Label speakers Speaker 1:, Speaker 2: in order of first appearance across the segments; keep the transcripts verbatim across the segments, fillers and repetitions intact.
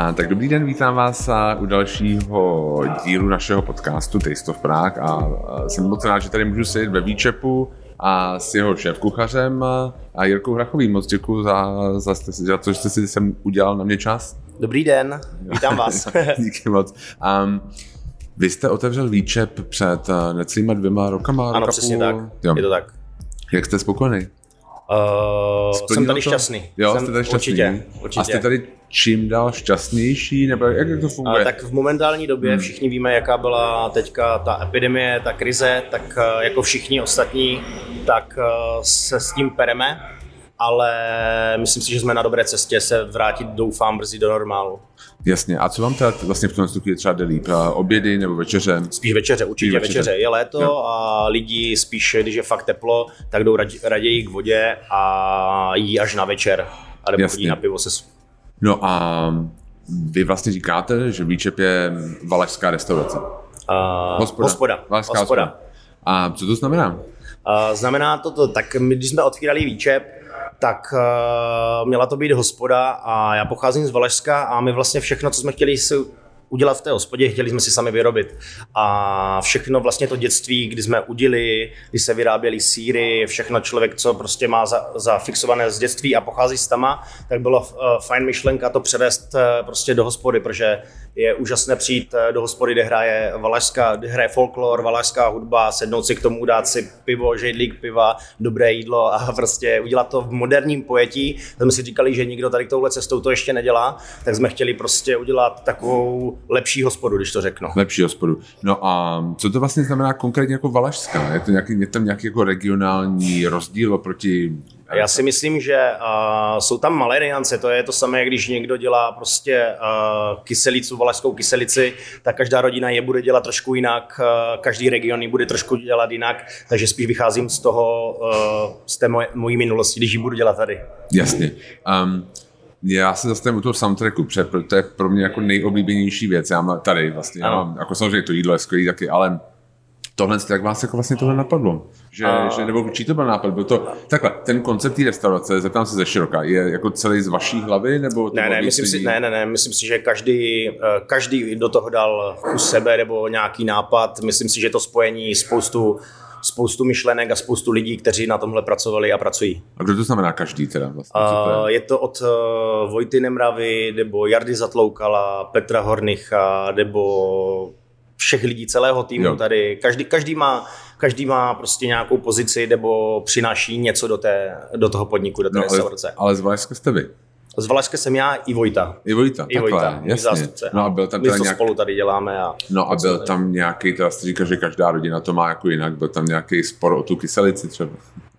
Speaker 1: A, tak dobrý den, vítám vás u dalšího dílu našeho podcastu Taste of Prague a, a jsem moc rád, že tady můžu sedět ve Výčepu a s jeho šéfkuchařem a Jirkou Hrachovým. Moc děkuji za, za, za to, že jste si sem udělal na mě čas.
Speaker 2: Dobrý den, vítám vás.
Speaker 1: Díky moc. Um, vy jste otevřel Výčep před necelýma dvěma rokama?
Speaker 2: Ano, přesně tak,
Speaker 1: jo.
Speaker 2: Je to tak.
Speaker 1: Jak jste spokojený?
Speaker 2: Uh, jsem tady to? šťastný.
Speaker 1: Jo,
Speaker 2: jsem,
Speaker 1: jste tady šťastný.
Speaker 2: Určitě, určitě.
Speaker 1: A jste tady čím dál šťastnější, nebo jak to funguje?
Speaker 2: Uh, tak v momentální době hmm. všichni víme, jaká byla teďka ta epidemie, ta krize, tak uh, jako všichni ostatní, tak uh, se s tím pereme, ale myslím si, že jsme na dobré cestě se vrátit, doufám, brzy do normálu.
Speaker 1: Jasně. A co vám teda vlastně v tom chvíli třeba jde líp? Obědy nebo večeře?
Speaker 2: Spíš večeře, určitě večeře. večeře. Je léto no. a lidi spíš, když je fakt teplo, tak jdou raději k vodě a jí až na večer. A nebo chodí na pivo se...
Speaker 1: No a vy vlastně říkáte, že Výčep je valašská restaurace.
Speaker 2: Uh, hospoda. Hospoda.
Speaker 1: Valašská hospoda. hospoda. A co to znamená?
Speaker 2: Uh, znamená to to, tak my, když jsme otvírali Výčep, tak uh, měla to být hospoda a já pocházím z Valašska a my vlastně všechno, co jsme chtěli si udělat v té hospodě, chtěli jsme si sami vyrobit. A všechno vlastně to dětství, kdy jsme udili, kdy se vyráběly sýry, všechno člověk, co prostě má za, zafixované z dětství a pochází z tama, tak bylo uh, fajn myšlenka to převést uh, prostě do hospody, protože je úžasné přijít do hospody, kde hraje valašská, kde hraje folklor, valašská hudba, sednout si k tomu, dát si pivo, žejdlík piva, dobré jídlo a prostě udělat to v moderním pojetí. Tak jsme si říkali, že nikdo tady touhle cestou to ještě nedělá, tak jsme chtěli prostě udělat takovou lepší hospodu, když to řeknu. Lepší
Speaker 1: hospodu. No a co to vlastně znamená konkrétně jako valašská? Je to nějaký, je tam nějaký jako regionální rozdíl oproti...
Speaker 2: Já si myslím, že uh, jsou tam malé niance, to je to samé, když někdo dělá prostě uh, kyselicu, valašskou kyselici, tak každá rodina je bude dělat trošku jinak, uh, každý region ji bude trošku dělat jinak, takže spíš vycházím z toho, uh, z té moje, mojí minulosti, když ji budu dělat tady.
Speaker 1: Jasně. Um, já se zastavím u toho soundtracku, protože to je pro mě jako nejoblíbenější věc, já mám tady vlastně, já mám, jako samozřejmě to jídlo je skvělý taky, ale tohle, jak vás jako vlastně tohle napadlo? Že, a... že, nebo čí to byl nápad? Byl to, takhle, ten koncept té restaurace, zeptám se ze široka, je jako celý z vaší hlavy? Nebo
Speaker 2: ne, ne, myslím si, ne, ne, ne, myslím si, že každý, každý do toho dal kus sebe nebo nějaký nápad. Myslím si, že to spojení spoustu, spoustu myšlenek a spoustu lidí, kteří na tomhle pracovali a pracují.
Speaker 1: A kdo to znamená každý teda? Vlastně,
Speaker 2: uh, je? je to od uh, Vojty Nemravy, nebo Jardy Zatloukala, Petra Hornycha, nebo všech lidí, celého týmu jo. tady. Každý, každý, má, každý má prostě nějakou pozici nebo přináší něco do, té, do toho podniku, do té no, restaurace.
Speaker 1: Ale, ale z Valašska jste vy?
Speaker 2: Z Valašska jsem já i Vojta.
Speaker 1: I Vojta,
Speaker 2: I Vojta,
Speaker 1: jasně.
Speaker 2: zástupce.
Speaker 1: No a byl tam
Speaker 2: my to
Speaker 1: nějak...
Speaker 2: spolu tady děláme. A
Speaker 1: no a byl tam nějaký, teda jste říkal, že každá rodina to má jako jinak, byl tam nějaký spor o tu kyselici třeba?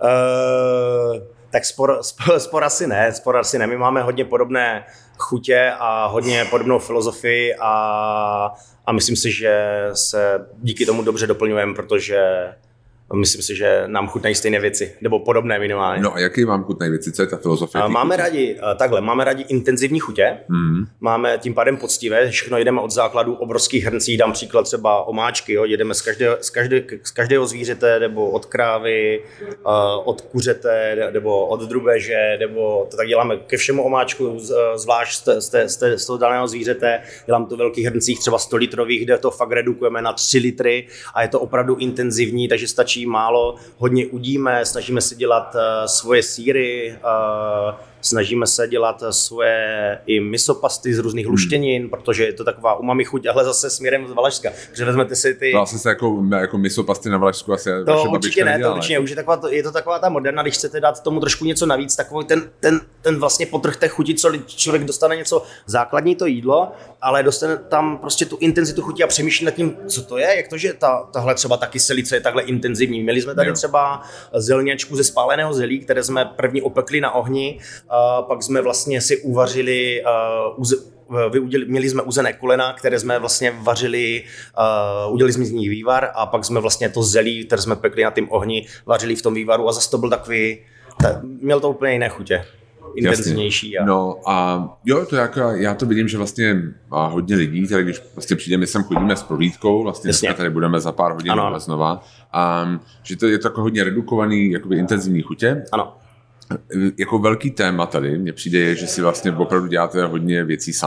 Speaker 2: Uh, tak spor, spor, spor asi ne, spor asi ne. My máme hodně podobné chutě a hodně podobnou filozofii a A myslím si, že se díky tomu dobře doplňujeme, protože myslím si, že nám chutnají stejné věci, nebo podobné minimálně.
Speaker 1: No a jaký vám chutnají věci? Co je ta filozofie?
Speaker 2: Máme chutě? rádi, takhle, máme rádi intenzivní chutě, mm. máme tím pádem poctivé, všechno jedeme od základu obrovských hrncích, dám příklad třeba omáčky, jo, jedeme z každého, z, každé, z každého zvířete, nebo od krávy, od kuřete, nebo od drůbeže, nebo to tak děláme ke všemu omáčku, zvlášť z, z, z, z toho daného zvířete, dělám to v velkých hrncích, třeba sto litrových, kde to fakt redukujeme na tři litry a je to opravdu intenzivní, takže stačí málo, hodně udíme, snažíme se dělat uh, svoje sýry, uh, snažíme se dělat svoje i misopasty z různých luštěnin, hmm. protože je to taková umami chuť, ale zase směrem z Valašska. Takže vezmete si ty...
Speaker 1: To asi se jako, jako misopasty na Valašsku asi
Speaker 2: to vaše určitě ne, nedělá, to určitě už je taková, to, je to taková ta moderna, když chcete dát tomu trošku něco navíc, takový ten, ten, ten vlastně potrh té chuti, co člověk dostane něco základní to jídlo, ale dostane tam prostě tu intenzitu chuti a přemýšlí nad tím, co to je, jak to, že ta, tahle třeba ta kyselice je takhle intenzivní. Měli jsme tady třeba zelňačku ze spáleného zelí, které jsme první opekli na ohni, a pak jsme vlastně si uvařili uh, uz, Vyuděli, měli jsme uzené kolena, které jsme vlastně vařili, uh, udělali jsme z nich vývar a pak jsme vlastně to zelí, které jsme pekli na tím ohni, vařili v tom vývaru a zase to byl takový, ta, měl to úplně jiné chutě, intenzivnější. A...
Speaker 1: No a jo, to jako, já to vidím, že vlastně má hodně lidí, tady když vlastně přijdeme, sem chodíme s prohlídkou, vlastně dneska tady budeme za pár hodin znova, a že to je to jako hodně redukovaný, jakoby intenzivní chutě.
Speaker 2: Ano.
Speaker 1: Jako velký téma tady mně přijde je, že si vlastně opravdu děláte hodně věcí sami.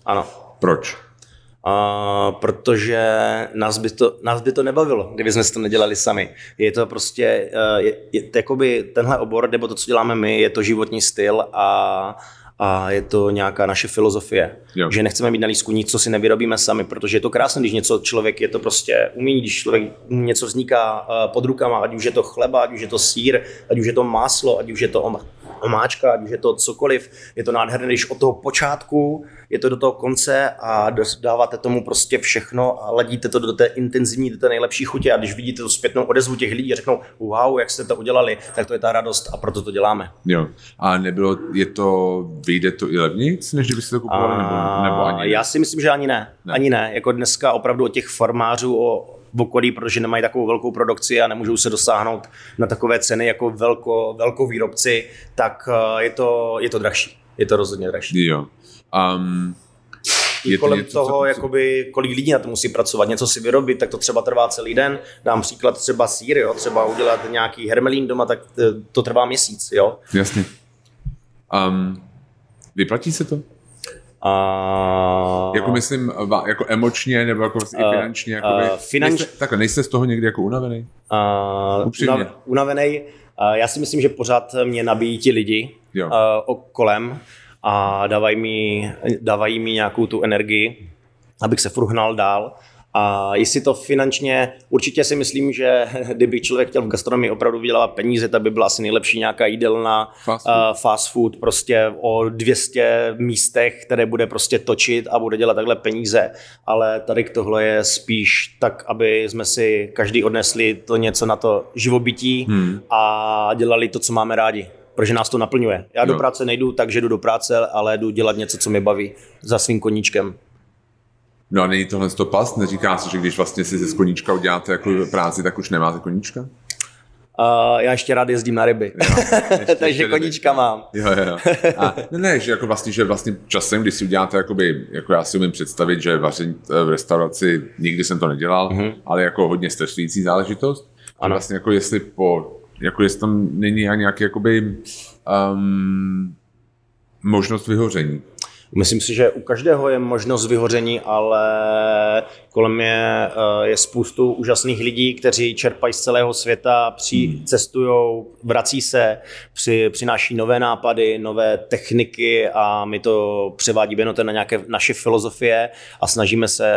Speaker 2: Ano.
Speaker 1: Proč?
Speaker 2: Uh, protože nás by, to, nás by to nebavilo, kdyby jsme to nedělali sami. Je to prostě, uh, je, je, jakoby tenhle obor, nebo to, co děláme my, je to životní styl a, a je to nějaká naše filozofie. Jo. Že nechceme mít na lístku nic, co si nevyrobíme sami, protože je to krásné, když něco člověk je to prostě umí, když člověk něco vzniká uh, pod rukama, ať už je to chleba, ať už je to sýr, ať už je to máslo, ať už je to omáčka, ať už je to cokoliv, je to nádherné, když od toho počátku je to do toho konce a dáváte tomu prostě všechno a ladíte to do té intenzivní, do té nejlepší chutě a když vidíte tu zpětnou odezvu těch lidí a řeknou wow, jak jste to udělali, tak to je ta radost a proto to děláme.
Speaker 1: Jo. A nebylo, je to, vyjde to i levnějc, než kdybyste to kupovali, nebo, nebo ani ne?
Speaker 2: Já si myslím, že ani ne. ne. Ani ne. Jako dneska opravdu od těch farmářů o v okolí, protože nemají takovou velkou produkci a nemůžou se dosáhnout na takové ceny jako velko, velkovýrobci, tak je to, je to drahší. Je to rozhodně drahší.
Speaker 1: Jo. Um,
Speaker 2: I
Speaker 1: je
Speaker 2: kolem
Speaker 1: to něco,
Speaker 2: toho,
Speaker 1: co...
Speaker 2: jakoby, kolik lidí na to musí pracovat, něco si vyrobit, tak to třeba trvá celý den. Dám příklad třeba sýr, jo? Třeba udělat nějaký hermelín doma, tak to trvá měsíc. Jo?
Speaker 1: Jasně. Um, vyplatí se to?
Speaker 2: Uh,
Speaker 1: jako myslím, jako emočně nebo jako vlastně uh, i finančně? Jako
Speaker 2: uh, finanč...
Speaker 1: nejste, takhle, nejste z toho někdy jako unavený?
Speaker 2: Uh, Upřímně. Unavený. Uh, já si myslím, že pořád mě nabíjí ti lidi uh, kolem a dávají mi, dávají mi nějakou tu energii, abych se furt hnal dál. A jestli to finančně, určitě si myslím, že kdyby člověk chtěl v gastronomii opravdu vydělávat peníze, tak by byla asi nejlepší nějaká jídelna, fast food, uh, fast food prostě o dvě stě místech, které bude prostě točit a bude dělat takhle peníze. Ale tady k tohle je spíš tak, aby jsme si každý odnesli to něco na to živobytí hmm. a dělali to, co máme rádi. Protože nás to naplňuje. Já no. do práce nejdu, takže jdu do práce, ale jdu dělat něco, co mě baví za svým koníčkem.
Speaker 1: No a není tohle to past? Neříká se, že když vlastně si ze koníčka uděláte jako práci, tak už nemáte koníčka?
Speaker 2: Uh, já ještě rád jezdím na ryby, jo, ještě, takže ještě koníčka ryby. Mám.
Speaker 1: Jo, jo. A ne, ne, že jako vlastně, že vlastně časem, když si uděláte, jakoby, jako já si umím představit, že vaření v restauraci, nikdy jsem to nedělal, mm-hmm. ale jako hodně stresující záležitost. Ano. Vlastně jako jestli po, jako jestli tam není nějaký jakoby um, možnost vyhoření.
Speaker 2: Myslím si, že u každého je možnost vyhoření, ale kolem mě je spoustu úžasných lidí, kteří čerpají z celého světa, při, hmm. cestujou, vrací se, při, přináší nové nápady, nové techniky a my to převádíme na nějaké naše filozofie a snažíme se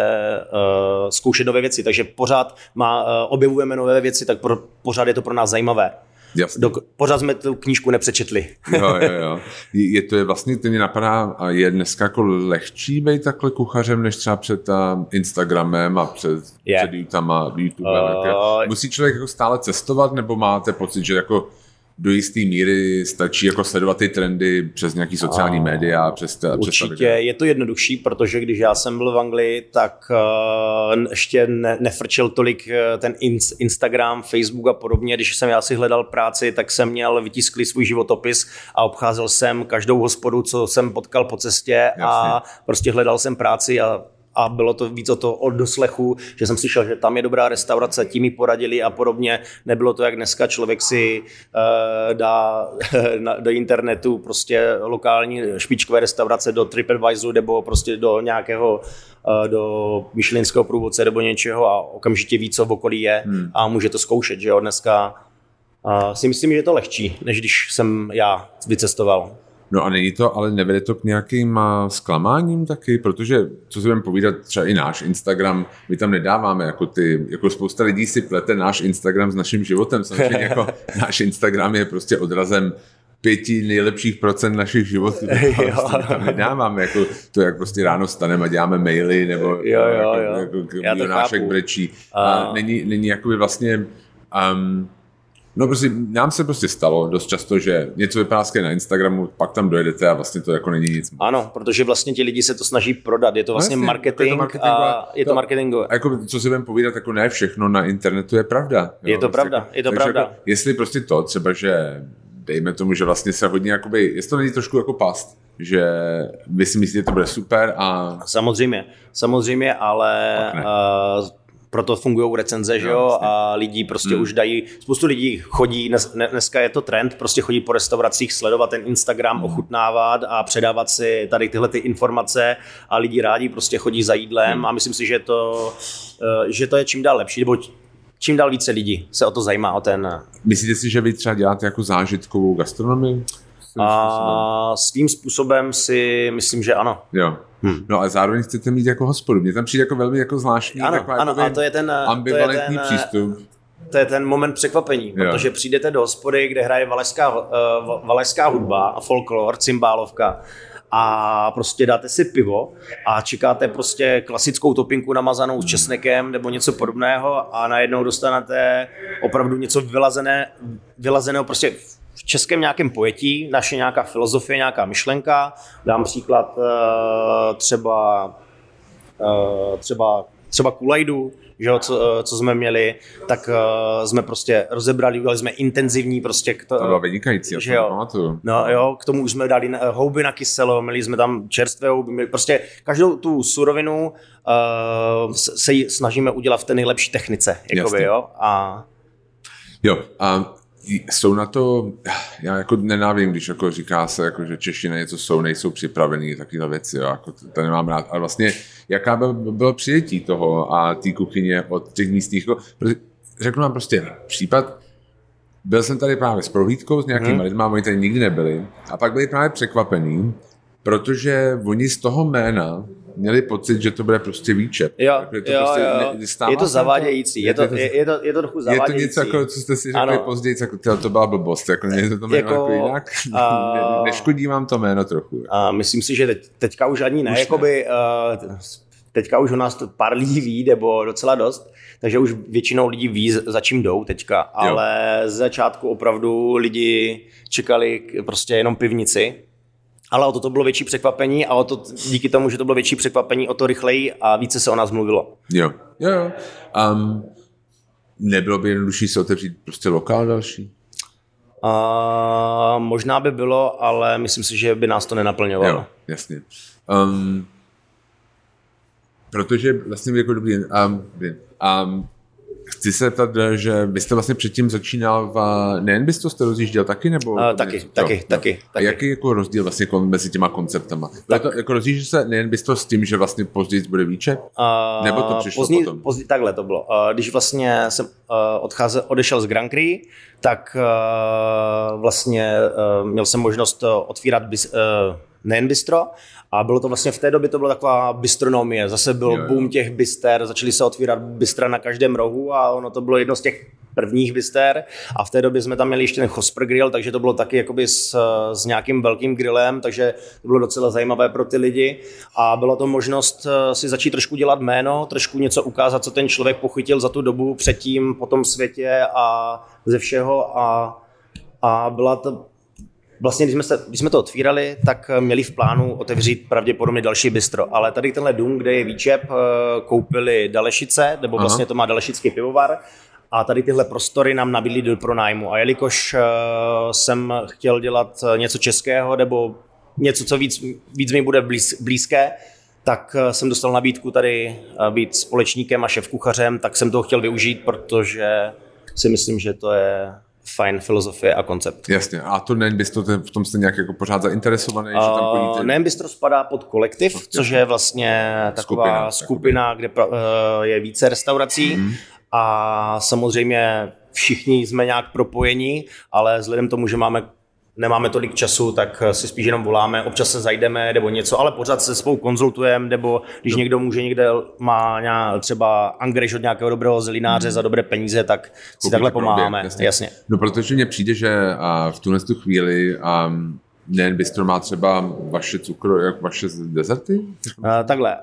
Speaker 2: uh, zkoušet nové věci. Takže pořád má, uh, objevujeme nové věci, tak pro, pořád je to pro nás zajímavé. Do, pořád jsme tu knížku nepřečetli. Jo,
Speaker 1: jo, jo. Je to je vlastně, to mě napadá, je dneska jako lehčí být takhle kuchařem, než třeba před uh, Instagramem a před, yeah. před YouTubem, YouTubem. Uh, Musí člověk jako stále cestovat, nebo máte pocit, že jako do jisté míry stačí jako sledovat ty trendy přes nějaký sociální uh, média? Přes ta,
Speaker 2: určitě
Speaker 1: přes
Speaker 2: je to jednodušší, protože když já jsem byl v Anglii, tak uh, ještě ne, nefrčel tolik uh, ten ins, Instagram, Facebook a podobně. Když jsem já si hledal práci, tak jsem měl vytisklý svůj životopis a obcházel jsem každou hospodu, co jsem potkal po cestě. Jasně. A prostě hledal jsem práci a A bylo to víc o to od doslechu, že jsem slyšel, že tam je dobrá restaurace, tím mi poradili a podobně. Nebylo to jak dneska, člověk si uh, dá na, do internetu prostě lokální špičkové restaurace do TripAdvisoru nebo prostě do nějakého uh, do michelinského průvodce nebo něčeho a okamžitě ví, co v okolí je hmm. a může to zkoušet, že jo. Dneska uh, si myslím, že je to lehčí, než když jsem já vycestoval.
Speaker 1: No a není to, ale nevede to k nějakým zklamáním taky, protože, co si budeme povídat, třeba i náš Instagram, my tam nedáváme jako ty, jako spousta lidí si plete náš Instagram s naším životem, samozřejmě jako náš Instagram je prostě odrazem pěti nejlepších procent našich životů. Vlastně tam nedáváme, jako to, jak prostě ráno staneme a děláme maily, nebo
Speaker 2: jo, jo,
Speaker 1: jako,
Speaker 2: jo.
Speaker 1: jako, jako Jonášek brečí. A... A není, není jakoby vlastně... Um, No prostě, nám se prostě stalo dost často, že něco vypadá na Instagramu, pak tam dojedete a vlastně to jako není nic.
Speaker 2: Ano, protože vlastně ti lidi se to snaží prodat, je to vlastně no, marketing, je to marketing a je to, to marketing.
Speaker 1: A jako, co si budeme povídat, jako ne všechno na internetu je pravda.
Speaker 2: Jo? Je to
Speaker 1: vlastně,
Speaker 2: pravda, je to
Speaker 1: takže
Speaker 2: pravda.
Speaker 1: Jako, jestli prostě to, třeba, že dejme tomu, že vlastně se hodně, jakoby, jestli to není trošku jako past, že vy si myslíte, že to bude super a...
Speaker 2: Samozřejmě, samozřejmě, ale... proto fungují recenze, že jo, a lidi prostě hmm. už dají, spoustu lidí chodí, dnes, dneska je to trend, prostě chodí po restauracích, sledovat ten Instagram, hmm. ochutnávat a předávat si tady tyhle ty informace a lidi rádi prostě chodí za jídlem hmm. a myslím si, že to, že to je čím dál lepší, nebo čím dál více lidí se o to zajímá, o ten...
Speaker 1: Myslíte si, že vy třeba děláte jako zážitkovou gastronomii?
Speaker 2: A svým způsobem si myslím, že ano.
Speaker 1: Jo. Hmm. No a zároveň chcete mít jako hospodu. Mně tam přijde jako velmi jako zvláštní,
Speaker 2: ano,
Speaker 1: jako
Speaker 2: ano, a to je ten
Speaker 1: ambivalentní
Speaker 2: to je ten,
Speaker 1: přístup.
Speaker 2: To je ten moment překvapení, jo. Protože přijdete do hospody, kde hraje valešská, uh, valešská hudba a folklor, cymbálovka a prostě dáte si pivo a čekáte prostě klasickou topinku namazanou s česnekem nebo něco podobného a najednou dostanete opravdu něco vylazené, vylazeného prostě v českém nějakém pojetí, naše nějaká filozofie, nějaká myšlenka. Dám příklad třeba třeba, třeba kulajdu, že jo, co, co jsme měli, tak jsme prostě rozebrali, udělali jsme intenzivní prostě.
Speaker 1: To, to bylo vynikající,
Speaker 2: že jo. No jo, k tomu už jsme dali houby na kyselo, měli jsme tam čerstvé houby, měli, prostě každou tu surovinu uh, se ji snažíme udělat v té nejlepší technice, jakoby, jo. A...
Speaker 1: Jo, a jsou na to, já jako nenávím, když jako říká se, jako, že Češi na něco jsou, nejsou připravený, takovýhle věci, jo, jako to, to nemám rád. Ale vlastně, jaká by bylo přijetí toho a té kuchyně od těch místních, jako, řeknu vám prostě případ, byl jsem tady právě s prohlídkou s nějakými hmm. lidmi, oni tady nikdy nebyli a pak byli právě překvapení, protože oni z toho jména měli pocit, že to bude prostě výčep.
Speaker 2: Jo, je to, jo, prostě, jo. Ne, je to zavádějící, to, je, to, je, je, to, je to trochu zavádějící.
Speaker 1: Je to něco, jako, co jste si řekli ano. později, jako, to, to byla blbost, jako, je to jméno jako, jako jinak. A, ne, neškodí vám to jméno trochu.
Speaker 2: A myslím si, že teď, teďka už ani ne, už jakoby, ne. Uh, teďka už u nás to pár lidí ví, nebo docela dost, takže už většinou lidí ví, za čím jdou teďka, ale jo. Z začátku opravdu lidi čekali prostě jenom pivnici. Ale o to, to bylo větší překvapení a o to, díky tomu, že to bylo větší překvapení, o to rychleji a více se o nás mluvilo.
Speaker 1: Jo, jo, jo. Um, nebylo by jednodušší se otevřít prostě lokál další?
Speaker 2: Uh, možná by bylo, ale myslím si, že by nás to nenaplňovalo.
Speaker 1: Jo, jasně. Um, protože vlastně jako dobrý, um, um, chci se ptat, že vy jste vlastně předtím začínal v, nejen bys to jste rozjížděl taky, nebo?
Speaker 2: Uh, taky, to, taky,
Speaker 1: to,
Speaker 2: taky,
Speaker 1: A
Speaker 2: taky.
Speaker 1: jaký jako rozdíl vlastně mezi těma konceptama? Tak. To, jako rozjížděl se nejen bys to s tím, že vlastně později bude výčep? Uh, nebo to přišlo
Speaker 2: pozdě,
Speaker 1: potom?
Speaker 2: Pozdě, takhle to bylo. Uh, když vlastně jsem uh, odcházel, odešel z Grand Prix, tak uh, vlastně uh, měl jsem možnost uh, otvírat bis, uh, nejen bistro, a bylo to vlastně v té době, to byla taková bistronomie. Zase byl jo, jo. boom těch bister, začaly se otvírat bistra na každém rohu a ono to bylo jedno z těch prvních bister a v té době jsme tam měli ještě ten Hosper grill, takže to bylo taky jakoby s, s nějakým velkým grillem, takže to bylo docela zajímavé pro ty lidi a byla to možnost si začít trošku dělat jméno, trošku něco ukázat, co ten člověk pochytil za tu dobu předtím po tom světě a ze všeho a, a byla to Vlastně, když jsme, se, když jsme to otvírali, tak měli v plánu otevřít pravděpodobně další bistro, ale tady tenhle dům, kde je výčep, koupili Dalešice, nebo vlastně to má Dalešický pivovar a tady tyhle prostory nám nabídli do pronájmu a jelikož jsem chtěl dělat něco českého nebo něco, co víc, víc mi bude blíz, blízké, tak jsem dostal nabídku tady být společníkem a šéfkuchařem, tak jsem toho chtěl využít, protože si myslím, že to je fajn filozofie a koncept.
Speaker 1: Jasně. A to nejen bistro, v tom jste nějak jako pořád zainteresovaný, uh, že tam chodíte?
Speaker 2: Nejen bistro spadá pod kolektiv, no, což je vlastně taková skupina, skupina kde uh, je více restaurací mm. a samozřejmě všichni jsme nějak propojení, ale vzhledem tomu, že máme nemáme tolik času, tak si spíš jenom voláme, občas se zajdeme nebo něco, ale pořád se spolu konzultujeme, nebo když no. někdo může někde má nějak, třeba angreš od nějakého dobrého zelináře mm. za dobré peníze, tak si Koupíš takhle pomáháme. Jasně. jasně.
Speaker 1: No protože mně přijde, že v tuhle chvíli um, nejen bistro má třeba vaše cukro, jak vaše dezerty?
Speaker 2: Uh, takhle,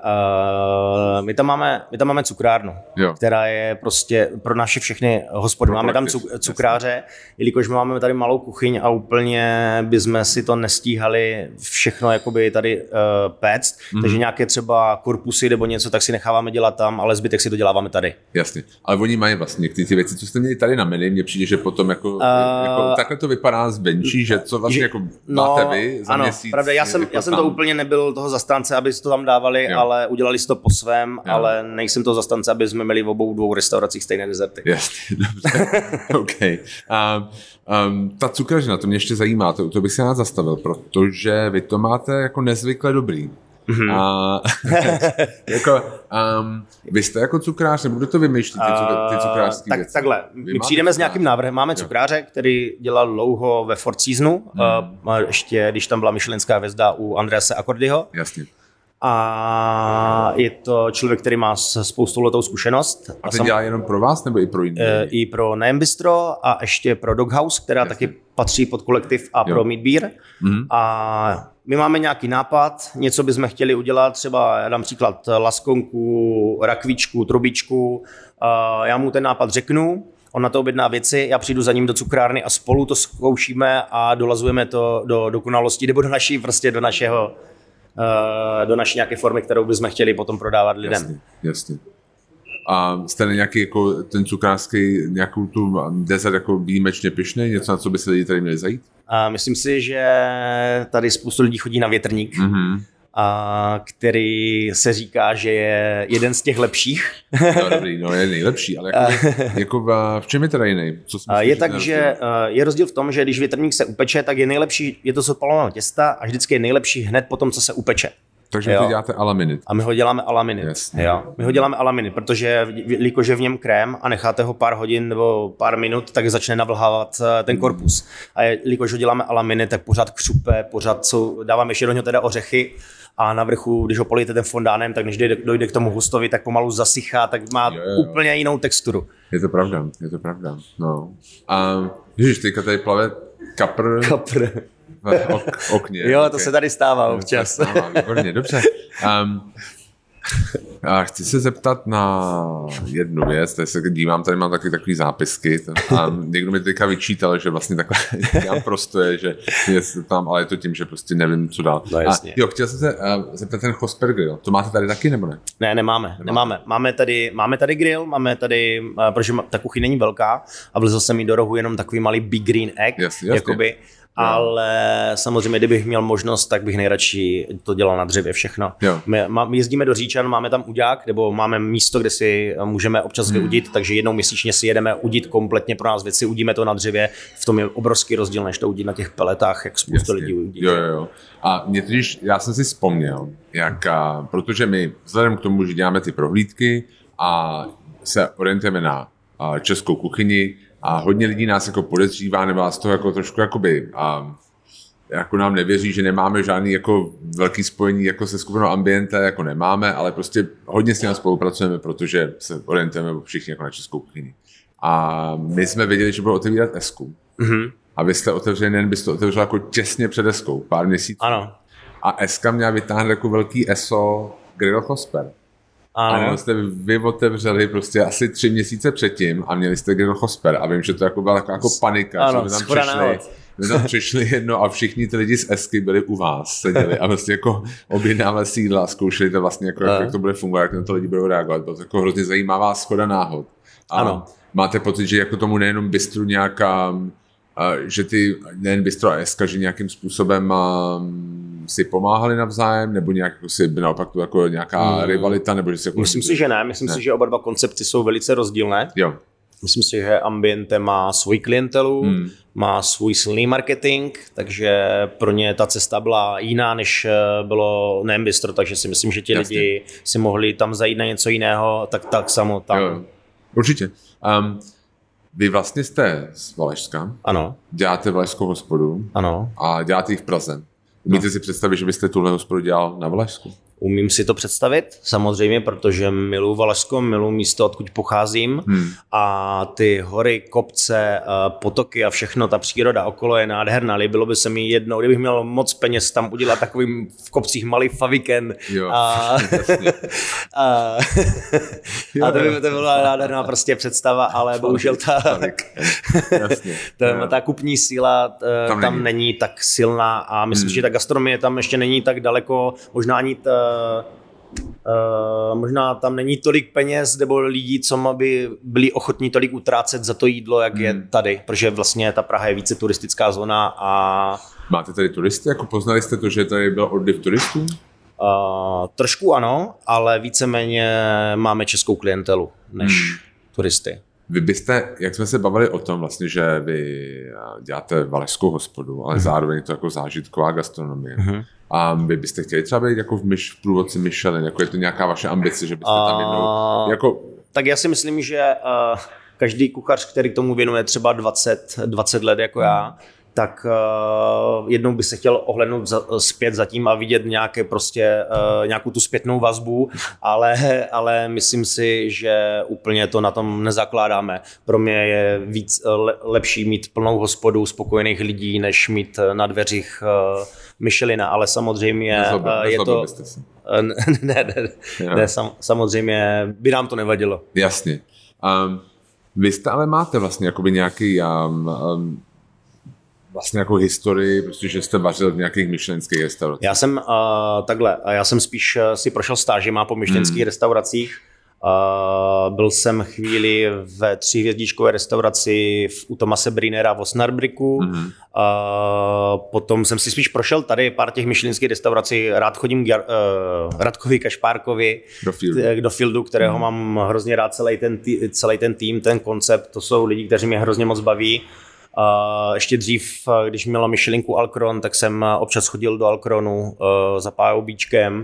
Speaker 2: uh, my, tam máme, my tam máme cukrárnu, jo. která je prostě pro naše všechny hospody. Máme tam cuk, cukráře, jelikož my máme tady malou kuchyň a úplně bychom si to nestíhali všechno jakoby tady uh, péct, mm. takže nějaké třeba korpusy nebo něco, tak si necháváme dělat tam, ale zbytek si to děláváme tady. Jasně,
Speaker 1: ale oni mají vlastně ty věci, co jste měli tady na menu, mně přijde, že potom jako, uh, jako takhle to vypadá zvenčí, že co vlastně
Speaker 2: že,
Speaker 1: jako
Speaker 2: no,
Speaker 1: máte vy za
Speaker 2: ano,
Speaker 1: měsíc.
Speaker 2: Pravda, já jsem,
Speaker 1: jako
Speaker 2: já jsem to úplně nebyl toho zastánce, aby to tam dávali, jo. ale udělali si to po svém, jo. ale nejsem to zastánce, aby jsme měli v obou dvou restauracích stejné dezerty.
Speaker 1: Jasně, dobře. OK. Um, um, ta cukrařina, to mě ještě zajímá, to, to bych se rád zastavil, protože vy to máte jako nezvykle dobrý. Mm-hmm. A, jako, um, vy jste jako cukrář, nebo kdo to vymýšlí, ty, cukr, ty cukrářské
Speaker 2: tak,
Speaker 1: věci?
Speaker 2: Takhle, vy my přijdeme cukrář? s nějakým návrhem, máme cukráře, který dělal dlouho ve Four Seasonu, hmm. uh, ještě když tam byla michelinská hvězda u Andrease Accordiho.
Speaker 1: Jasně.
Speaker 2: A je to člověk, který má spoustu letou zkušenost.
Speaker 1: A ten dělá jenom pro vás, nebo i pro jiné?
Speaker 2: I pro Neem Bistro a ještě pro Doghouse, která Jasně. taky patří pod kolektiv a jo. pro Meat Beer. Mm-hmm. A my máme nějaký nápad, něco bychom chtěli udělat, třeba já dám příklad laskonku, rakvičku, trubičku. Já mu ten nápad řeknu, on na to objedná věci, já přijdu za ním do cukrárny a spolu to zkoušíme a dolazujeme to do dokonalosti, nebo do naší, prostě do našeho do naší nějaké formy, kterou bychom chtěli potom prodávat lidem.
Speaker 1: Jasně, jasně. A jste nějaký jako ten cukrářský, nějakou tu dezert jako výjimečně pyšný, něco, na co by se lidi tady měli zajít?
Speaker 2: A myslím si, že tady spoustu lidí chodí na Větrník, mm-hmm. a který se říká, že je jeden z těch lepších.
Speaker 1: No dobrý, no je nejlepší, ale jako, jako v čem je teda jiný? Co
Speaker 2: je tak, že je rozdíl v tom, že když Větrník se upeče, tak je nejlepší, je to z odpalovaného těsta a vždycky je nejlepší hned po tom, co se upeče.
Speaker 1: Takže vy děláte à la minute.
Speaker 2: A my ho děláme à la minute.
Speaker 1: Jasně.
Speaker 2: Jo. My ho děláme à la minute, protože jelikož je v něm krém a necháte ho pár hodin nebo pár minut, tak začne navlhávat ten korpus. A jelikož ho děláme à la minute, tak pořád křupe, pořád jsou, dáváme ještě do něho teda ořechy a na vrchu, když ho políte ten fondánem, tak než dojde, dojde k tomu hustovi, tak pomalu zasychá, tak má jo, jo. úplně jinou texturu.
Speaker 1: Je to pravda, je to pravda. No. A ježiš, teďka tady plave kapr.
Speaker 2: Kapr.
Speaker 1: V ok, okně.
Speaker 2: Jo, to okay. se tady stává občas.
Speaker 1: To stává, výborně, dobře. Um, a chci se zeptat na jednu věc, tady se dívám, tady mám taky takový zápisky a někdo mi teďka vyčítal, že vlastně takhle dělám prostoje, že je tam, ale je to tím, že prostě nevím, co dál.
Speaker 2: No,
Speaker 1: a jo, chtěl jsem se uh, zeptat ten Hosper Grill, to máte tady taky nebo ne?
Speaker 2: Ne, nemáme, nemáme. nemáme. Máme tady, máme tady grill, máme tady, uh, protože ta kuchyň není velká a vlezl jsem jí do rohu jenom takový malý big green egg, jasně, jasně. jakoby. Ale samozřejmě, kdybych měl možnost, tak bych nejradši to dělal na dřevě všechno. My, my jezdíme do Říčan, máme tam uďák, nebo máme místo, kde si můžeme občas hmm. vyudit, takže jednou měsíčně si jedeme udit kompletně pro nás věci, udíme to na dřevě, v tom je obrovský rozdíl, než to udit na těch peletách, jak spoustu lidí udí.
Speaker 1: Jo, jo, jo. A mě totiž, já jsem si vzpomněl, jak, a, protože my vzhledem k tomu, že děláme ty prohlídky a se orientujeme na a, českou kuchyni, a hodně lidí nás jako podezřívá, nebo z toho jako trošku jakoby, a jako nám nevěří, že nemáme žádný jako velký spojení jako se skupinou Ambiente, jako nemáme, ale prostě hodně s nimi spolupracujeme, protože se orientujeme všichni jako na českou kuchyni. A my jsme věděli, že budou otevírat Esku. Mm-hmm. A vy jste otevřeli, nejen byste otevřeli jako těsně před Eskou, pár měsíců.
Speaker 2: Ano.
Speaker 1: A Eska měla vytáhnout jako velký eso Grill Hosper. Ano, jste vy otevřeli prostě asi tři měsíce předtím a měli jste Grill Hosper a vím, že to jako byla taková jako panika,
Speaker 2: ano,
Speaker 1: že by tam přišli, by tam přišli jedno a všichni ty lidi z Esky byli u vás, seděli a vlastně jako objednávali sídla a zkoušeli to vlastně, jako, jak, jak to bude fungovat, jak na to lidi budou reagovat. Bylo to jako hrozně zajímavá shoda náhod. A ano. Máte pocit, že jako tomu nejenom bistru nějaká, že ty nejen bistro a Eska, že nějakým způsobem si pomáhali navzájem, nebo nějak jako si by naopak to jako nějaká hmm. rivalita, nebo že si jako...
Speaker 2: Myslím si, že ne. Myslím ne. si, že oba dva koncepty jsou velice rozdílné.
Speaker 1: Jo.
Speaker 2: Myslím si, že Ambiente má svůj klientelu, hmm. má svůj silný marketing, takže pro ně ta cesta byla jiná, než bylo Neem Bistro, takže si myslím, že ti Jasně. lidi si mohli tam zajít na něco jiného, tak tak samo tam.
Speaker 1: Jo. Určitě. Um, Vy vlastně jste z Valašska.
Speaker 2: Ano.
Speaker 1: Děláte Valašskou hospodu.
Speaker 2: Ano.
Speaker 1: A děláte ji v Praze. Umíte no. si představit, že byste tuhle hospodu dělal na Valašsku?
Speaker 2: Umím si to představit, samozřejmě, protože miluji Valašsko, miluji místo, odkud pocházím hmm. a ty hory, kopce, potoky a všechno, ta příroda okolo je nádherná. Líbilo by se mi jednou, kdybych měl moc peněz tam udělat takovým v kopcích malý faviken.
Speaker 1: Jo,
Speaker 2: a, a, a to by to byla nádherná prostě představa, ale bohužel ta,
Speaker 1: jasně,
Speaker 2: ta, ta kupní síla tam, tam není. není tak silná a myslím, hmm. že ta gastronomie tam ještě není tak daleko, možná ani ta Uh, možná tam není tolik peněz nebo lidí, co by byli ochotní tolik utrácet za to jídlo, jak hmm. je tady, protože vlastně ta Praha je více turistická zóna a...
Speaker 1: Máte tady turisty? Jako poznali jste to, že tady byl odliv turistů?
Speaker 2: Uh, trošku ano, ale víceméně máme českou klientelu než hmm. turisty.
Speaker 1: Vy byste, jak jsme se bavili o tom vlastně, že vy děláte valašskou hospodu, ale hmm. zároveň je to jako zážitková gastronomie. Hmm. A vy byste chtěli třeba být jako v, myš, v průvodci Michelin, jako je to nějaká vaše ambice, že byste tam jednou... Jako...
Speaker 2: Tak já si myslím, že uh, každý kuchař, který k tomu věnuje třeba dvacet, dvacet let jako já, tak uh, jednou by se chtěl ohlednout za, zpět zatím a vidět nějaké prostě, uh, nějakou tu zpětnou vazbu, ale, ale myslím si, že úplně to na tom nezakládáme. Pro mě je víc le, lepší mít plnou hospodu spokojených lidí, než mít na dveřích uh, Michelina, ale samozřejmě
Speaker 1: nezlobil,
Speaker 2: uh, je to...
Speaker 1: ne,
Speaker 2: ne, ne, ne sam, samozřejmě by nám to nevadilo.
Speaker 1: Jasně. Um, vy jste ale máte vlastně jakoby nějaký... Um, um, vlastně jako historii, protože jste vařil v nějakých michelinských restauracích.
Speaker 2: Já jsem uh, takhle, já jsem spíš uh, si prošel stážema po michelinských hmm. restauracích. Uh, byl jsem chvíli ve tříhvězdičkové restauraci v, u Tomase Brinera v Osnabrücku. Hmm. Uh, potom jsem si spíš prošel tady pár těch michelinských restaurací. Rád chodím k uh, Radkovi Kašpárkovi
Speaker 1: do fieldu,
Speaker 2: do fieldu kterého hmm. mám hrozně rád celý ten, tý, celý ten tým, ten koncept. To jsou lidi, kteří mě hrozně moc baví. Uh, ještě dřív, když měla Michelinku Alcron, tak jsem občas chodil do Alcronu uh, za pájobíčkem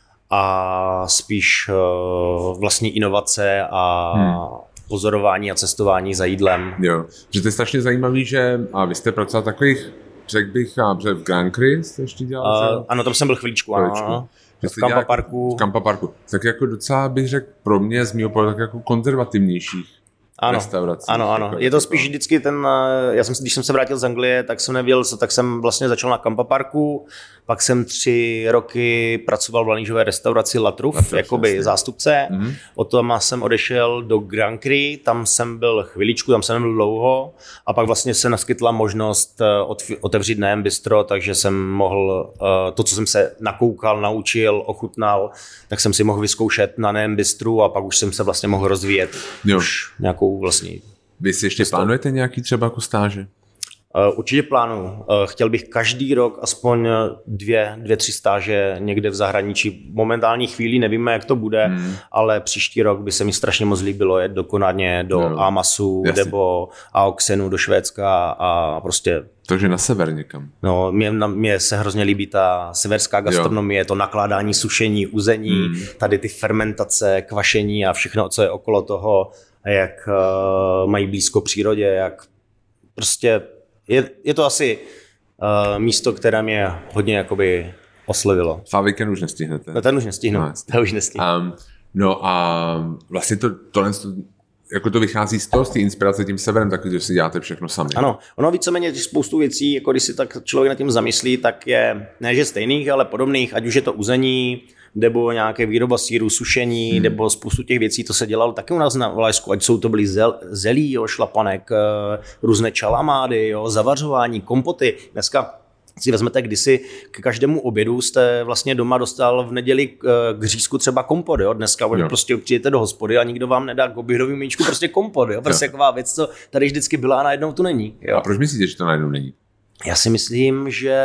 Speaker 2: a spíš uh, vlastní inovace a hmm. pozorování a cestování za jídlem.
Speaker 1: Jo, že to je strašně zajímavý, že a vy jste pracoval takových, řekl bych, že v Grand Cru jste ještě dělal?
Speaker 2: Uh, ano, tam jsem byl chvíličku, chvíličku. Ano, v Kampa Parku.
Speaker 1: V Kampa Parku. Tak jako docela bych řekl pro mě z mého pohledu tak jako konzervativnějších.
Speaker 2: Ano,
Speaker 1: restaurací.
Speaker 2: ano, ano. Je to spíš vždycky ten, já jsem, když jsem se vrátil z Anglie, tak jsem nevěděl, tak jsem vlastně začal na Kampa Parku, pak jsem tři roky pracoval v lanížové restauraci La Truffe, jakoby jasný. zástupce. Mm-hmm. Potom jsem odešel do Grand Cru, tam jsem byl chviličku, tam jsem byl dlouho a pak vlastně se naskytla možnost otevřít Neem Bistro, takže jsem mohl to, co jsem se nakoukal, naučil, ochutnal, tak jsem si mohl vyzkoušet na Neem Bistru a pak už jsem se vlastně mohl rozvíjet jo. už nějakou vlastní.
Speaker 1: Vy si ještě plánujete nějaký třeba jako stáže?
Speaker 2: Uh, určitě plánuju. Uh, chtěl bych každý rok aspoň dvě, dvě, tři stáže někde v zahraničí. Momentální chvíli nevíme, jak to bude, hmm. ale příští rok by se mi strašně moc líbilo jet do Konadně, do no, Amasu jasný. nebo Aoxenu do Švédska a prostě...
Speaker 1: Takže na sever někam.
Speaker 2: No, mě, mě se hrozně líbí ta severská gastronomie, jo. to nakládání, sušení, uzení, hmm. tady ty fermentace, kvašení a všechno, co je okolo toho, jak uh, mají blízko přírodě, jak prostě je, je to asi uh, místo, které mě hodně jakoby oslovilo.
Speaker 1: Fáviken už nestihnete.
Speaker 2: No ten už nestihnu, no, to už nestihnu.
Speaker 1: Um, no a vlastně to, tohle, jako to vychází z toho, z té inspirace tím severem, tak že si děláte všechno sami.
Speaker 2: Ano, ono víceméně spoustu věcí, jako když si tak člověk nad tím zamyslí, tak je ne že stejných, ale podobných, ať už je to uzení, nebo nějaké výroba sýru, sušení, hmm. nebo spoustu těch věcí, to se dělalo taky u nás na Valašsku, ať jsou to byly zel, zelí, jo, šlapanek, různé čalamády, jo, zavařování, kompoty. Dneska si vezmete, kdysi k každému obědu jste vlastně doma dostal v neděli k řízku třeba kompot, jo. Dneska jo. prostě přijdete do hospody a nikdo vám nedá k obědovým míčku prostě kompot, jo. Prostě jo. taková věc, co tady vždycky byla a najednou tu není. Jo.
Speaker 1: A proč myslíte, že to najednou není?
Speaker 2: Já si myslím, že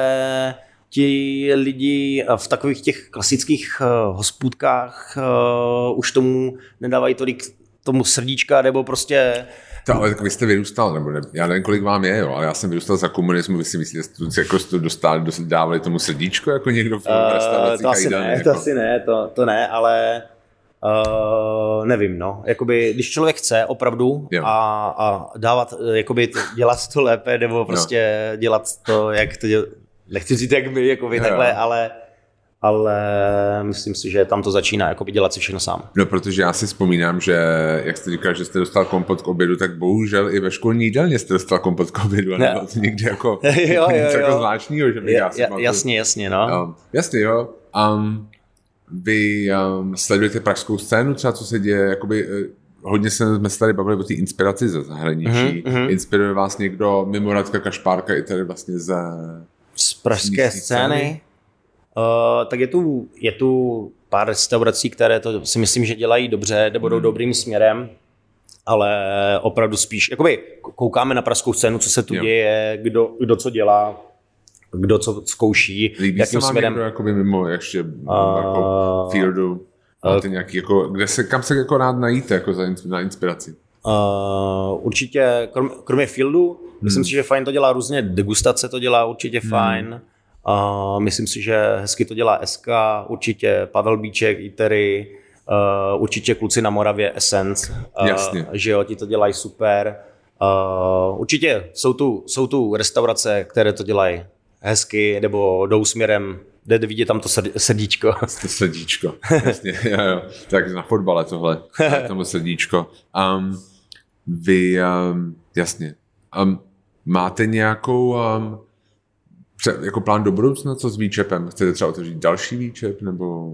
Speaker 2: ti lidi v takových těch klasických uh, hospůdkách uh, už tomu nedávají tolik tomu srdíčka, nebo prostě...
Speaker 1: To, ale tak vy jste vyrůstal, nebo ne, já nevím, kolik vám je, jo, ale já jsem vyrůstal za komunismu, vy si myslíte, že jako jste dostali, dávali tomu srdíčko jako někdo v uh, restauraci?
Speaker 2: To asi ne, jako... to asi ne, to, to ne, ale uh, nevím, no. Jakoby, když člověk chce opravdu a, a dávat, jakoby dělat to lépe, nebo prostě jo. dělat to, jak to dělat, nechci říct, jak my, jako vy, takhle, ale, ale myslím si, že tam to začíná jako dělat si všechno sám.
Speaker 1: No, protože já si vzpomínám, že jak jste říkal, že jste dostal kompot k obědu, tak bohužel i ve školní jídelně jste dostal kompot k obědu, ale bylo to někdy jako jo, jo, něco jo. jako zvláštního, že bych
Speaker 2: ja,
Speaker 1: já si
Speaker 2: ja, Jasně, jasně, no.
Speaker 1: Um, jasně, jo. Um, vy um, sledujete pražskou scénu, třeba co se děje, jakoby... Hodně jsme se tady bavili o té inspiraci ze zahraničí. Mm-hmm. Inspiruje vás někdo mimo Radka Kašpárka i tady vlastně ze...
Speaker 2: Z pražské scény? scény? Uh, tak je tu, je tu pár restaurací, které to si myslím, že dělají dobře, nebo jdou hmm. dobrým směrem, ale opravdu spíš, jakoby koukáme na pražskou scénu, co se tu jo. děje, kdo, kdo co dělá, kdo co zkouší,
Speaker 1: Líbí
Speaker 2: jakým
Speaker 1: se vám
Speaker 2: směrem.
Speaker 1: někdo jakoby mimo ještě uh, jako fieldu, máte nějaký, jako, kde se, kam se jako rád najít jako za, na inspiraci?
Speaker 2: Uh, určitě, krom, kromě fieldu, hmm. myslím si, že fajn to dělá různě, degustace to dělá určitě hmm. fajn. Uh, myslím si, že hezky to dělá S K, určitě Pavel Bíček, Itery, uh, určitě kluci na Moravě Essence, uh, Jasně. že jo, ti to dělají super. Uh, určitě jsou tu, jsou tu restaurace, které to dělají hezky, nebo jdou směrem, jde vidět tam to srdíčko.
Speaker 1: To srdíčko, jasně, jo, jo. Tak na fotbale tohle, tam srdíčko. Um, vy, um, jasně, um, máte nějakou um, jako plán do budoucna, co s výčepem? Chcete třeba otevřít další výčep, nebo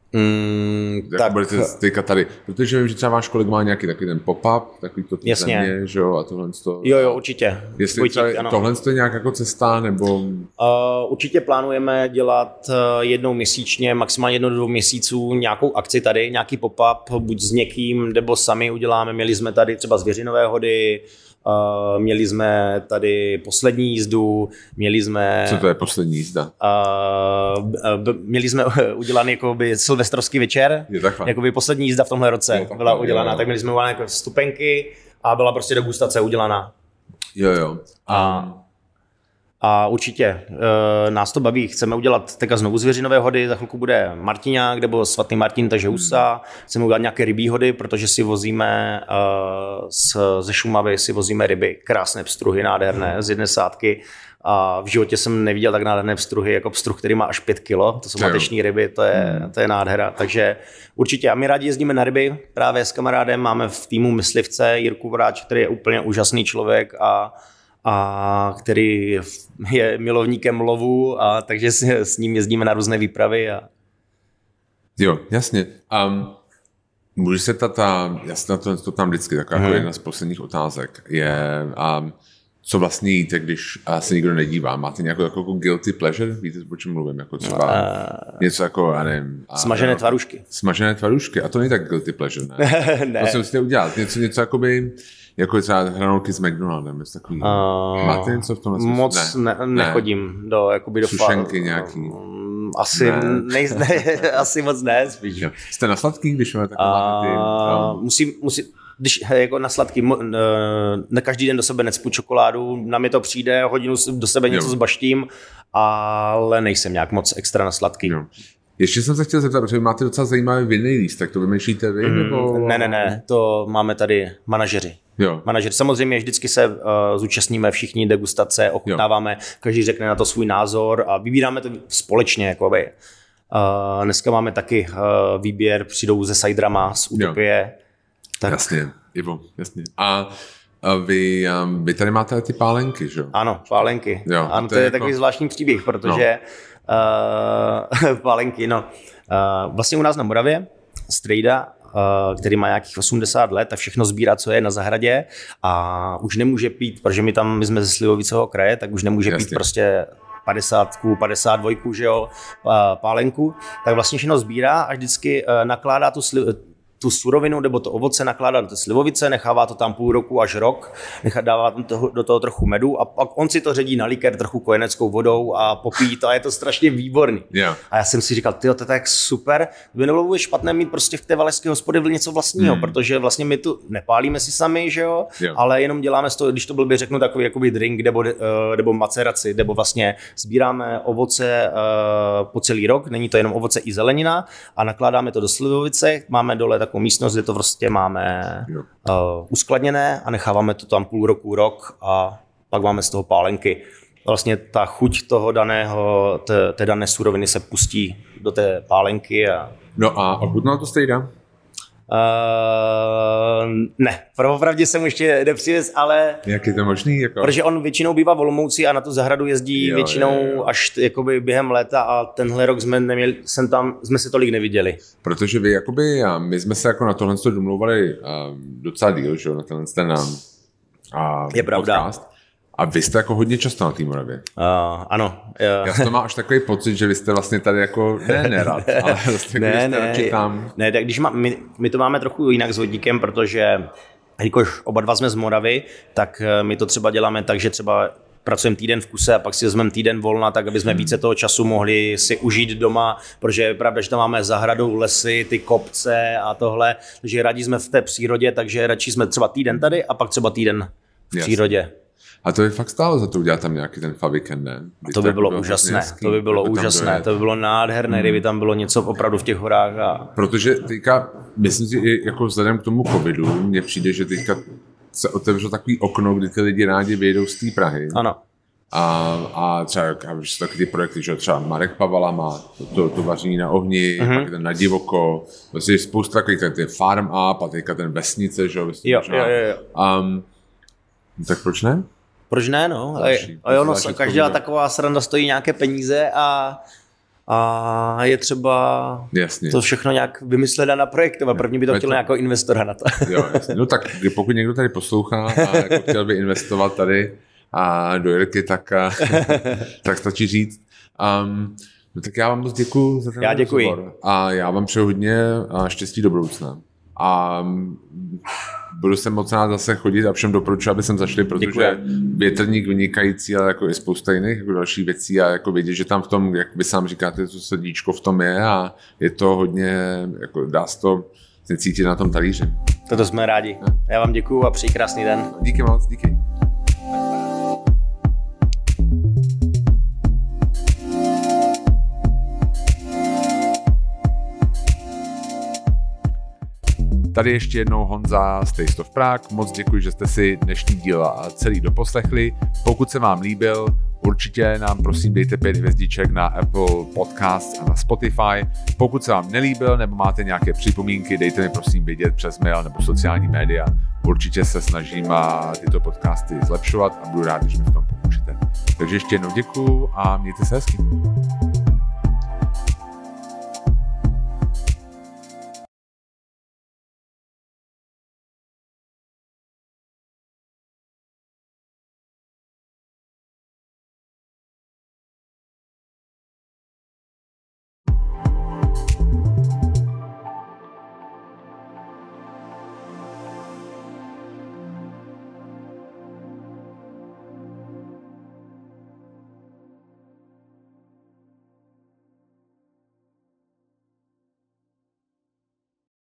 Speaker 2: mm,
Speaker 1: jak
Speaker 2: tak...
Speaker 1: budete stykat tady? Protože vím, že třeba váš kolega má nějaký takový ten pop-up, takový to země, že jo, a tohle to...
Speaker 2: Jo, jo, určitě.
Speaker 1: Jestli Vojtík, třeba tohle je nějak jako cesta, nebo... Uh,
Speaker 2: určitě plánujeme dělat jednou měsíčně, maximálně jednou do dvou měsíců nějakou akci tady, nějaký pop-up, buď s někým, nebo sami uděláme. Měli jsme tady třeba Zvěřinové hody, Uh, měli jsme tady poslední jízdu, měli jsme...
Speaker 1: Co to je poslední jízda?
Speaker 2: Uh, uh, měli jsme udělaný jakoby silvestrovský večer, jakoby poslední jízda v tomhle roce jo, byla udělaná, jo, jo. Tak měli jsme udělané jako vstupenky a byla prostě degustace udělaná.
Speaker 1: Jo, jo.
Speaker 2: A, a určitě uh, nás to baví, chceme udělat teďka znovu Zvěřinové hody, za chvilku bude Martiňák nebo svatý Martin, takže Husa, hmm. chceme udělat nějaké rybí hody, protože si vozíme uh, z, ze Šumavy si vozíme ryby, krásné pstruhy, nádherné, hmm. z jedné sádky a v životě jsem neviděl tak nádherné pstruhy, jako pstruh, který má až pět kilo, to jsou mateční ryby, to je, hmm. to je nádhera, takže určitě a my rádi jezdíme na ryby, právě s kamarádem máme v týmu myslivce Jirku Vráč, který je úplně úžasný člověk a a který je milovníkem lovu, a takže s, s ním jezdíme na různé výpravy. A...
Speaker 1: Jo, jasně. Um, můžeš se ptat, jasně, to, to tam vždycky, taková hmm. jedna z posledních otázek je, um, co vlastně jíte, když se nikdo nedívá? Máte nějakou jako, jako guilty pleasure? Víte, o čem mluvím? Jako třeba uh, něco jako, já nevím...
Speaker 2: Smažené tvarušky.
Speaker 1: Smažené tvarušky, a to není tak guilty pleasure, ne? ne. To si musíte udělat. Něco, něco jakoby... Jako třeba hranolky s McDonaldem, jest takový. Uh, Máte něco v tomhle?
Speaker 2: Moc ne, ne, nechodím ne. do, jakoby do
Speaker 1: sušenky nějaký.
Speaker 2: Um, asi, ne. Nej, ne, asi moc ne, spíš. Jo.
Speaker 1: Jste na sladký, když máte takový?
Speaker 2: Uh, musím, musím, když jako na sladký, ne každý den do sebe necpu čokoládu, na mě to přijde, hodinu do sebe něco jo. zbaštím, ale nejsem nějak moc extra na sladký. Jo.
Speaker 1: Ještě jsem se chtěl zeptat, protože máte docela zajímavý vinný lístek, to vymýšlíte vy? Mm, nebo...
Speaker 2: Ne, ne, ne, to máme tady manažeři.
Speaker 1: Jo.
Speaker 2: Manažer. Samozřejmě vždycky se uh, zúčastníme všichni degustace, ochutnáváme, jo. každý řekne na to svůj názor a vybíráme to společně. Jakoby. Uh, dneska máme taky uh, výběr, přijdou ze ciderama z Utopie.
Speaker 1: Tak... Jasně, Ivo, jasně. A A vy, um, vy tady máte ty pálenky, že jo?
Speaker 2: Ano, pálenky. Jo, ano, to je, je jako... takový zvláštní příběh, protože no. uh, pálenky, no. Uh, vlastně u nás na Moravě strejda, uh, který má nějakých osmdesát let a všechno sbírá, co je na zahradě a už nemůže pít, protože my tam, my jsme ze Slivovicového kraje, tak už nemůže Jasně. pít prostě padesátku, padesát dvojku, že jo, pálenku, tak vlastně všechno sbírá a vždycky uh, nakládá tu sli- tu surovinu nebo to ovoce nakládá do té slivovice, nechává to tam půl roku až rok, nechá, dává toho, do toho trochu medu a pak on si to ředí na likér trochu kojeneckou vodou a popíjí to a je to strašně výborný.
Speaker 1: Yeah.
Speaker 2: A já jsem si říkal, tyjo, to je tak super, by nebylo špatné mít prostě v té valašské hospodě něco vlastního, hmm. protože vlastně my tu nepálíme si sami, že jo, yeah. ale jenom děláme z toho, když to blbě řeknu, takový jakoby drink nebo, nebo maceraci, nebo vlastně sbíráme ovoce po celý rok, není to jenom ovoce i zelenina a nakládáme to do slivovice, máme dole takovou místnost, kde to prostě máme uh, uskladněné a necháváme to tam půl roku, rok a pak máme z toho pálenky. Vlastně ta chuť toho daného, té, té dané suroviny se pustí do té pálenky. A...
Speaker 1: No a ochutnal to strejda?
Speaker 2: Uh, ne, prvopravdě jsem ještě nepřivez, ale...
Speaker 1: Jak je to možný? Jako...
Speaker 2: Protože on většinou bývá v Olomouci a na tu zahradu jezdí jo, většinou jo, jo. až jakoby během léta a tenhle rok jsme neměli, jsem tam, jsme se tolik neviděli.
Speaker 1: Protože vy jakoby, a my jsme se jako na tohle domluvali uh, docela díl, že jo, na tenhle ten uh,
Speaker 2: je pravda.
Speaker 1: podcast. A vy jste jako hodně často na té Moravě.
Speaker 2: Uh, ano. Uh.
Speaker 1: Já to mám až takový pocit, že vy jste vlastně tady jako, ne nerad, ale vlastně
Speaker 2: ne,
Speaker 1: jste
Speaker 2: ne,
Speaker 1: radši tam.
Speaker 2: Ne, tak když má, my, my to máme trochu jinak s vodíkem, protože jakož oba dva jsme z Moravy, tak my to třeba děláme tak, že třeba pracujeme týden v kuse a pak si vezmeme týden volna, tak aby jsme hmm. více toho času mohli si užít doma, protože je pravda, že tam máme zahradou, lesy, ty kopce a tohle, takže rádi jsme v té přírodě, takže radši jsme třeba týden tady a pak třeba týden v
Speaker 1: Jasně.
Speaker 2: přírodě.
Speaker 1: A to by fakt stálo za to udělat tam nějaký ten favikend, ne? By
Speaker 2: to by bylo úžasné, to by bylo úžasné, to by bylo nádherné, hmm. kdyby tam bylo něco opravdu v těch horách. A...
Speaker 1: Protože teďka, myslím si, jako vzhledem k tomu covidu, mně přijde, že teďka se otevřelo takový okno, kdy ty lidi rádi vyjedou z té Prahy.
Speaker 2: Ano.
Speaker 1: A, a třeba, já víš, taky ty projekty, že třeba Marek Pavala má to, to, to vaření na ohni, uh-huh. pak ten na divoko, vlastně spousta takových, ten, ten farm up a teďka ten vesnice, že jo,
Speaker 2: jo, jo, jo.
Speaker 1: Um, tak proč ne?
Speaker 2: Proč ne, no? Další, a jo, no, každá taková sranda stojí nějaké peníze a, a je třeba
Speaker 1: jasně.
Speaker 2: to všechno nějak vymyslet a naprojektovat. První by to chtělo to... nějakého investora na to.
Speaker 1: Jo, jasně. No tak pokud někdo tady poslouchá a jako chtěl by investovat tady a do Jirky, tak, tak stačí říct. Um, no tak já vám dost děkuju za ten
Speaker 2: já děkuji.
Speaker 1: rozhovor. A já vám přeju hodně štěstí do budoucna. A budu se moc rád zase chodit a všem doporučuji, aby sem zašli, protože děkuji. Větrník vynikající, ale jako i spousta jiných jako dalších věcí a jako vědět, že tam v tom, jak vy sám říkáte, to srdíčko v tom je a je to hodně, jako dá se to cítit na tom talíři.
Speaker 2: Toto jsme rádi. Já vám děkuju a přeji krásný den.
Speaker 1: Díky moc, díky. Tady ještě jednou Honza z Taste of Prague. Moc děkuji, že jste si dnešní díl celý doposlechli. Pokud se vám líbil, určitě nám prosím dejte pět hvězdiček na Apple Podcast a na Spotify. Pokud se vám nelíbil nebo máte nějaké připomínky, dejte mi prosím vědět přes mail nebo sociální média. Určitě se snažím tyto podcasty zlepšovat a budu rád, když mi v tom pomůžete. Takže ještě jednou děkuji a mějte se hezky.